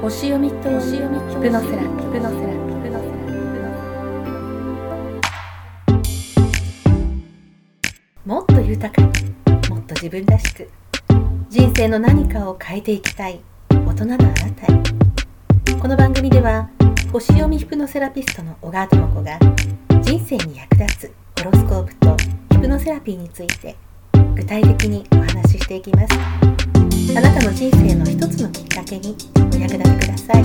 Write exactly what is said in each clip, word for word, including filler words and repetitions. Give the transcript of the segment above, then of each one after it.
星読みと星読みヒプノセラピーヒプノセラピーヒプノセラピーもっと豊かに、もっと自分らしく、人生の何かを変えていきたい大人のあなたへ。この番組では星読みヒプノセラピストの小川智子が人生に役立つホロスコープとヒプノセラピーについて具体的にお話ししていきます。あなたの人生の一つのきっかけにお役立てください。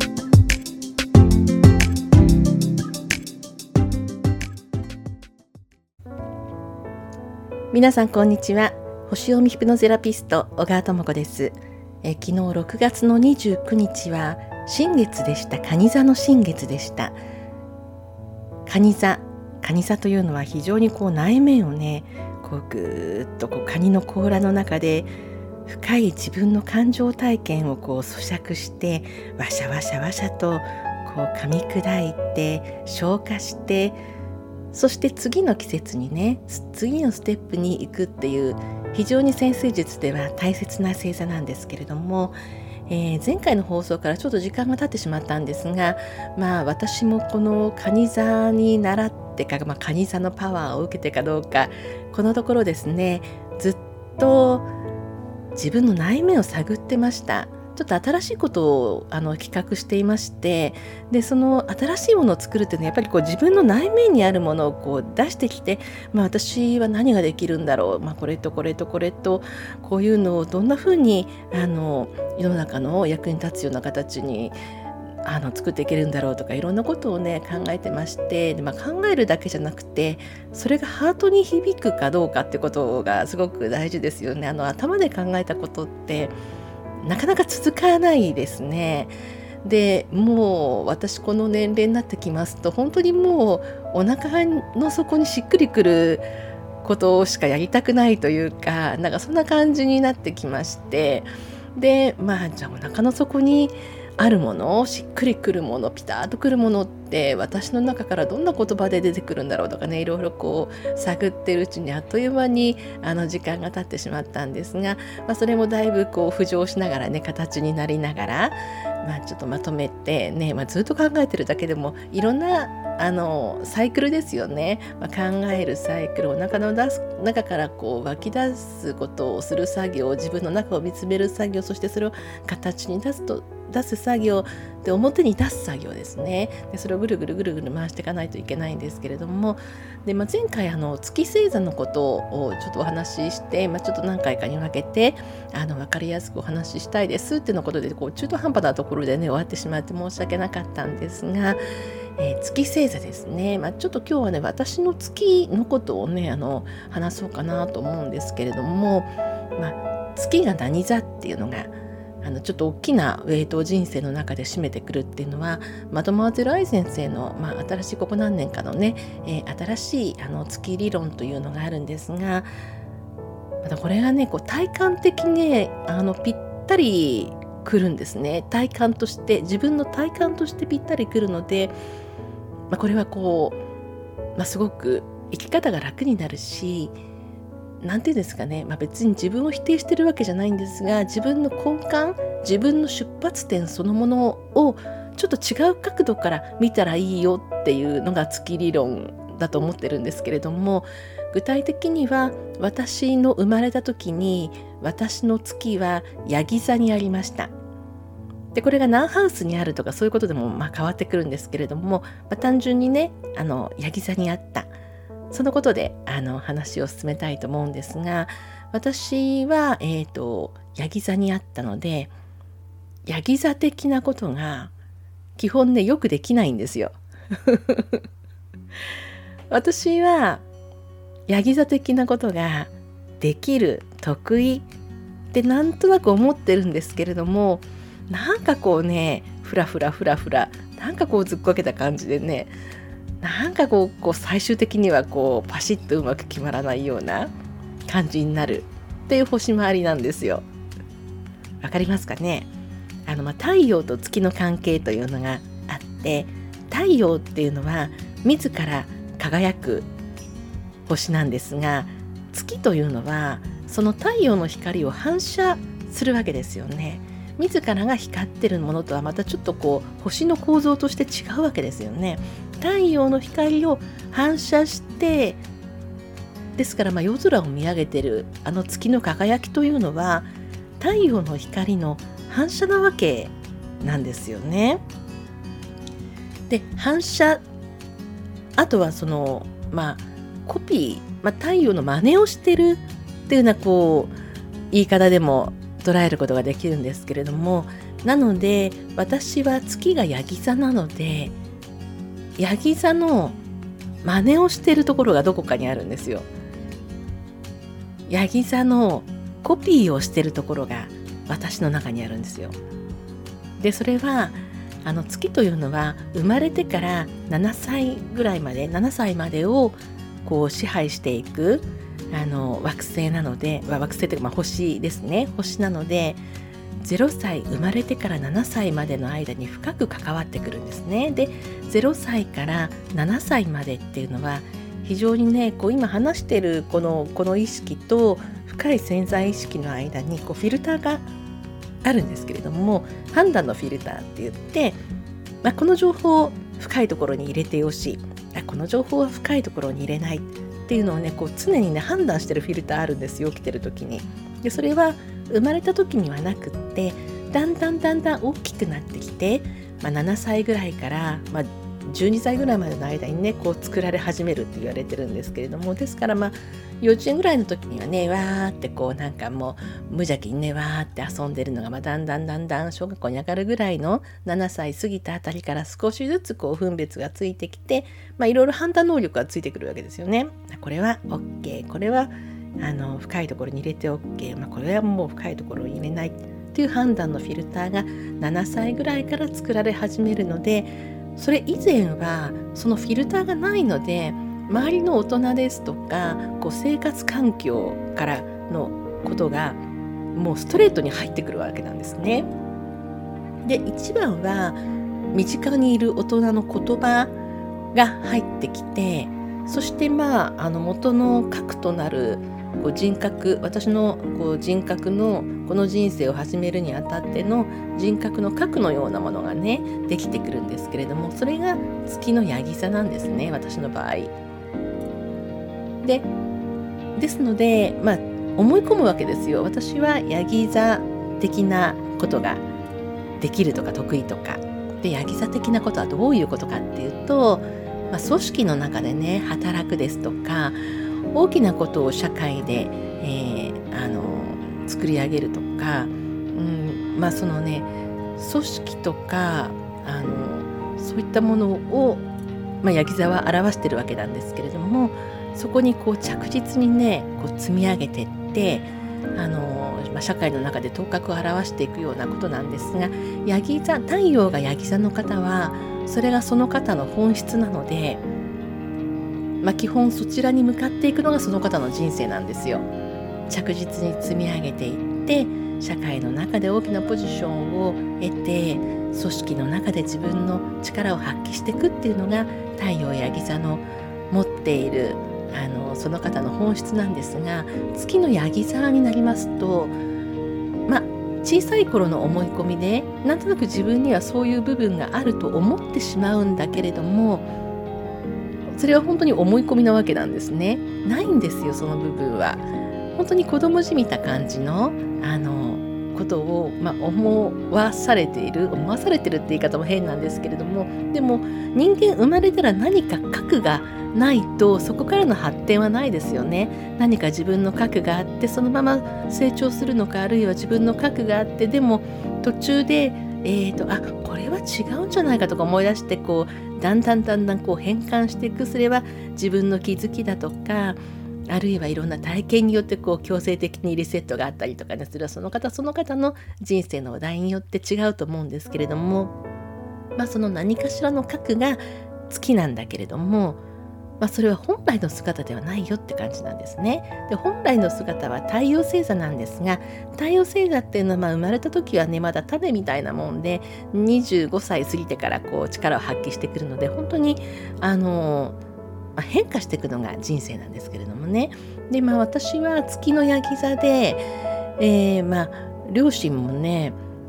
皆さんこんにちは。星読みヒプノセラピスト小川智子です。え昨日ろくがつのにじゅうくにちは新月でした。蟹座の新月でした。蟹座蟹座というのは非常にこう内面をねこうぐーっとこう蟹の甲羅の中で深い自分の感情体験をこう咀嚼してワシャワシャワシャとこう噛み砕いて消化して、そして次の季節にね次のステップに行くっていう非常に占星術では大切な星座なんですけれども、えー、前回の放送からちょっと時間が経ってしまったんですが、まあ私もこの蟹座に習ってか、まあ、蟹座のパワーを受けてかどうかこのところですねずっと自分の内面を探ってました。ちょっと新しいことをあの企画していまして、でその新しいものを作るっていうのはやっぱりこう自分の内面にあるものをこう出してきて、まあ、私は何ができるんだろう、まあ、これとこれとこれとこういうのをどんなふうにあの世の中の役に立つような形にあの作っていけるんだろうとかいろんなことをね考えてまして、で、まあ、考えるだけじゃなくてそれがハートに響くかどうかってことがすごく大事ですよね。あの頭で考えたことってなかなか続かないですね。でもう私この年齢になってきますと本当にもうお腹の底にしっくりくることしかやりたくないというか、なんかそんな感じになってきまして、でまあじゃあお腹の底にあるもの、しっくりくるもの、ピタッとくるものって私の中からどんな言葉で出てくるんだろうとかね、いろいろこう探ってるうちにあっという間にあの時間が経ってしまったんですが、まあ、それもだいぶこう浮上しながらね形になりながら、まあ、ちょっとまとめてね、まあ、ずっと考えてるだけでもいろんなあのサイクルですよね、まあ、考えるサイクル、お腹の出す中からこう湧き出すことをする作業、自分の中を見つめる作業、そしてそれを形に出すと出す作業で表に出す作業ですね。でそれをぐるぐるぐるぐる回していかないといけないんですけれども、で、まあ、前回あの月星座のことをちょっとお話しして、まあ、ちょっと何回かに分けてあの分かりやすくお話ししたいですっていうのことでこう中途半端なところでね終わってしまって申し訳なかったんですが、えー、月星座ですね、まあ、ちょっと今日はね私の月のことをねあの話そうかなと思うんですけれども、まあ、月が何座っていうのがあのちょっと大きなウェイトを人生の中で占めてくるっていうのはマドモアゼル愛先生の、まあ、新しいここ何年かのね、えー、新しいあの月理論というのがあるんですが、またこれがねこう体感的にねあのぴったりくるんですね。体感として自分の体感としてぴったりくるので、まあ、これはこう、まあ、すごく生き方が楽になるし、なんていうんですかね、まあ、別に自分を否定してるわけじゃないんですが、自分の根幹、自分の出発点そのものをちょっと違う角度から見たらいいよっていうのが月理論だと思ってるんですけれども、具体的には私の生まれた時に私の月はヤギ座にありました。でこれが何ハウスにあるとかそういうことでもまあ変わってくるんですけれども、まあ、単純にねあのヤギ座にあった、そのことであの話を進めたいと思うんですが、私は、えーと、ヤギ座にあったのでヤギ座的なことが基本ねよくできないんですよ私はヤギ座的なことができる、得意ってなんとなく思ってるんですけれども、なんかこうねフラフラフラフラなんかこうずっこけた感じでね、なんかこう、こう最終的にはこうパシッとうまく決まらないような感じになるっていう星回りなんですよ。わかりますかね。あの、まあ、太陽と月の関係というのがあって、太陽っていうのは自ら輝く星なんですが、月というのはその太陽の光を反射するわけですよね。 自らが光ってるものとはまたちょっとこう星の構造として違うわけですよね。太陽の光を反射して、ですからまあ夜空を見上げてるあの月の輝きというのは太陽の光の反射なわけなんですよね。で反射、あとはそのまあコピー、まあ、太陽の真似をしてるっていうようなこう言い方でも捉えることができるんですけれども、なので私は月がヤギ座なので、ヤギ座の真似をしてるところがどこかにあるんですよ。ヤギ座のコピーをしてるところが私の中にあるんですよ。でそれはあの月というのは生まれてからななさいぐらいまでななさいまでをこう支配していくあの惑星なので、惑星というかまあ星ですね。星なのでゼロさい、生まれてからななさいまでの間に深く関わってくるんですね。でゼロさいからななさいまでっていうのは非常にね、こう今話しているこの、この意識と深い潜在意識の間にこうフィルターがあるんですけれども、判断のフィルターって言って、まあ、この情報を深いところに入れてよし、この情報は深いところに入れないっていうのをね、こう常にね判断してるフィルターあるんですよ、起きてる時に。でそれは生まれた時にはなくって、だんだんだんだん大きくなってきて、まあ、ななさいぐらいから、まあ、じゅうにさいぐらいまでの間にねこう作られ始めるって言われてるんですけれども、ですからまあ幼稚園ぐらいの時にはね、わーってこうなんかもう無邪気にねわーって遊んでるのが、まあだんだんだんだん小学校に上がるぐらいのななさい過ぎたあたりから少しずつこう分別がついてきて、まあいろいろ判断能力がついてくるわけですよね。これは OK、 これはあの深いところに入れて OK、まあ、これはもう深いところに入れないっていう判断のフィルターがななさいぐらいから作られ始めるので、それ以前はそのフィルターがないので、周りの大人ですとかこう生活環境からのことがもうストレートに入ってくるわけなんですね。で一番は身近にいる大人の言葉が入ってきて、そしてまああの元の核となるこう人格、私のこう人格のこの人生を始めるにあたっての人格の核のようなものがねできてくるんですけれども、それが月のヤギ座なんですね、私の場合で。ですので、まあ、思い込むわけですよ。私はヤギ座的なことができるとか得意とかで、ヤギ座的なことはどういうことかっていうと、まあ、組織の中でね働くですとか、大きなことを社会で、えー、あの作り上げるとか、うんまあそのね組織とかあのそういったものを、まあ、ヤギ座は表してるわけなんですけれども、そこにこう着実にねこう積み上げていってあの、まあ、社会の中で頭角を表していくようなことなんですが、ヤギ座、太陽がヤギ座の方はそれがその方の本質なので、まあ、基本そちらに向かっていくのがその方の人生なんですよ。着実に積み上げていって社会の中で大きなポジションを得て、組織の中で自分の力を発揮していくっていうのが太陽ヤギ座の持っているあのその方の本質なんですが、月のヤギ座になりますと、まあ小さい頃の思い込みでなんとなく自分にはそういう部分があると思ってしまうんだけれども、それは本当に思い込みなわけなんですね。ないんですよ、その部分は。本当に子供じみた感じのあのことを、まあ、思わされている思わされてるって言い方も変なんですけれども、でも人間生まれたら何か核がないとそこからの発展はないですよね。何か自分の核があってそのまま成長するのか、あるいは自分の核があってでも途中でえーと、あこれは違うんじゃないかとか思い出してこうだんだんだんだんこう変換していく。それは自分の気づきだとか、あるいはいろんな体験によってこう強制的にリセットがあったりとかね、それはその方その方の人生のお題によって違うと思うんですけれども、まあその何かしらの核が月なんだけれども、まあ、それは本来の姿ではないよって感じなんですね。で本来の姿は太陽星座なんですが、太陽星座っていうのはまあ生まれた時はねまだ種みたいなもんで、にじゅうごさい過ぎてからこう力を発揮してくるので、本当にあの、まあ、変化していくのが人生なんですけれどもね。でまあ私は月のヤギ座で、えー、まあ両親もね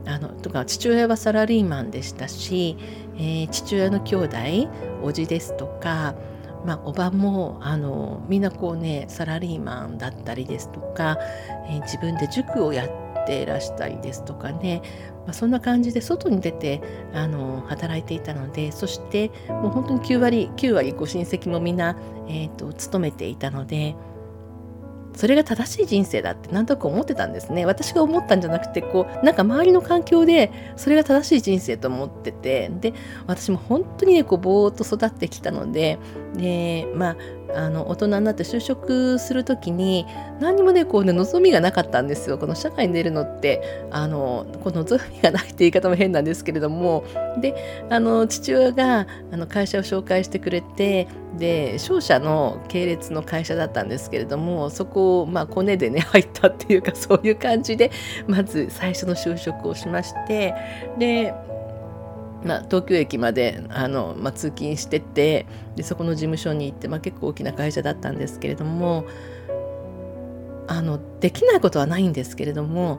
あのとか父親はサラリーマンでしたし、えー、父親の兄弟叔父ですとか、まあ、おばもあのみんなこうねサラリーマンだったりですとか、えー、自分で塾をやっていらしたりですとかね、まあ、そんな感じで外に出てあの働いていたので、そしてもう本当にきゅうわりきゅうわりご親戚もみんな、えーと、勤めていたので、それが正しい人生だってなんとなく思ってたんですね。私が思ったんじゃなくて、こうなんか周りの環境でそれが正しい人生と思ってて、で私も本当にねこうぼーっと育ってきたので、でまああの大人になって就職するときに何にもねこうね望みがなかったんですよ。この社会に出るのってあのこの望みがないって言い方も変なんですけれども、であの父親があの会社を紹介してくれて、で商社の系列の会社だったんですけれども、そこをまあコネでね入ったっていうか、そういう感じでまず最初の就職をしまして、でまあ、東京駅まであの、まあ、通勤してて、でそこの事務所に行って、まあ、結構大きな会社だったんですけれども、あのできないことはないんですけれども、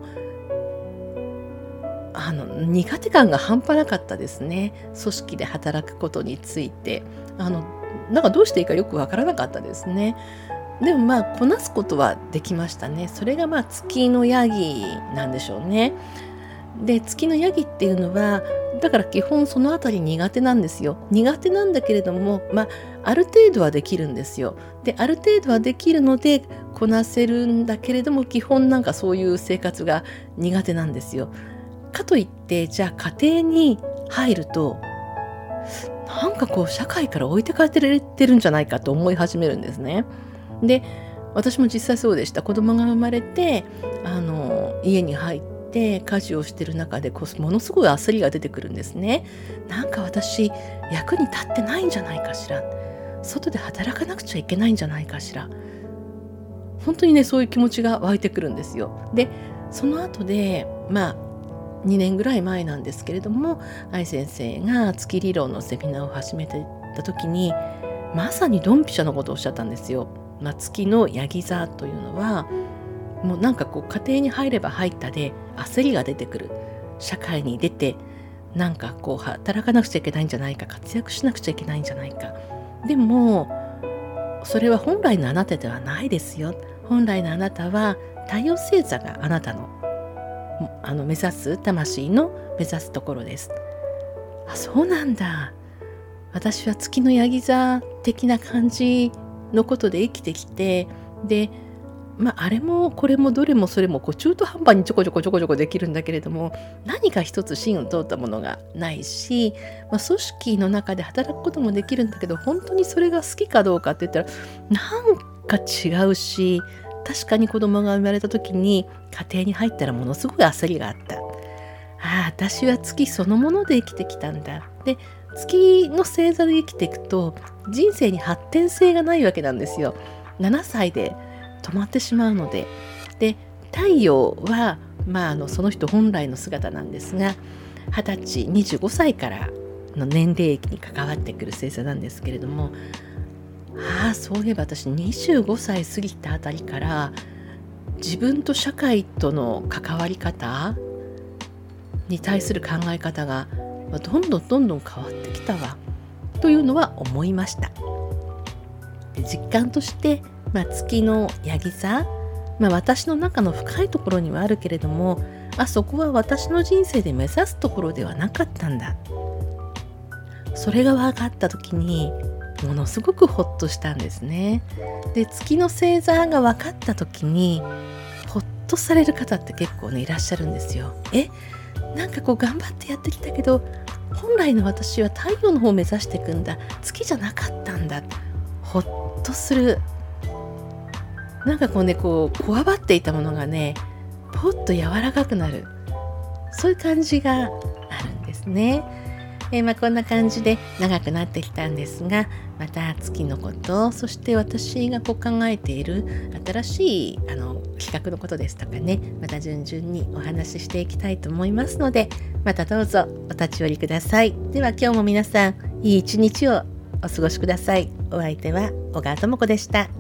あの苦手感が半端なかったですね。組織で働くことについてあのなんかどうしていいかよくわからなかったですね。でもまあこなすことはできましたね。それがまあ月のヤギなんでしょうね。で月のヤギっていうのはだから基本そのあたり苦手なんですよ。苦手なんだけれども、まあ、ある程度はできるんですよ。である程度はできるのでこなせるんだけれども、基本なんかそういう生活が苦手なんですよ。かといってじゃあ家庭に入るとなんかこう社会から置いてかれてるんじゃないかと思い始めるんですね。で私も実際そうでした。子供が生まれてあの家に入ってで家事をしてる中でこうものすごい焦りが出てくるんですね。なんか私役に立ってないんじゃないかしら、外で働かなくちゃいけないんじゃないかしら、本当にねそういう気持ちが湧いてくるんですよ。でその後でまあにねんぐらい前なんですけれども、愛先生が月理論のセミナーを始めてた時にまさにドンピシャのことをおっしゃったんですよ。まあ、月のヤギ座というのはもうなんかこう家庭に入れば入ったで焦りが出てくる。社会に出てなんかこう働かなくちゃいけないんじゃないか、活躍しなくちゃいけないんじゃないか。でもそれは本来のあなたではないですよ。本来のあなたは太陽星座があなたのあの目指す魂の目指すところです。あ、そうなんだ。私は月のヤギ座的な感じのことで生きてきて、でまあ、あれもこれもどれもそれもこう中途半端にちょこちょこちょこちょこできるんだけれども、何か一つ芯を通ったものがないし、まあ、組織の中で働くこともできるんだけど、本当にそれが好きかどうかって言ったらなんか違うし、確かに子供が生まれた時に家庭に入ったらものすごい焦りがあった。ああ、私は月そのもので生きてきたんだ。で月の星座で生きていくと人生に発展性がないわけなんですよ。ななさいで止まってしまうので、で太陽は、まあ、あのその人本来の姿なんですが、はたちにじゅうごさいからの年齢期に関わってくる星座なんですけれども、ああそういえば私にじゅうごさい過ぎたあたりから自分と社会との関わり方に対する考え方がどんどんどんどん変わってきたわというのは思いました。実感としてまあ、月のヤギ座、まあ、私の中の深いところにはあるけれども、あそこは私の人生で目指すところではなかったんだ。それが分かった時にものすごくほっとしたんですね。で月の星座が分かった時にほっとされる方って結構ねいらっしゃるんですよ。えなんかこう頑張ってやってきたけど本来の私は太陽の方を目指していくんだ、月じゃなかったんだ。ほっとする。なんかこうねこうこわばっていたものがねポッと柔らかくなる、そういう感じがあるんですね。えーまあ、こんな感じで長くなってきたんですが、また月のこと、そして私がこう考えている新しいあの企画のことですとかね、また順々にお話ししていきたいと思いますので、またどうぞお立ち寄りください。では今日も皆さんいい一日をお過ごしください。お相手は小川智子でした。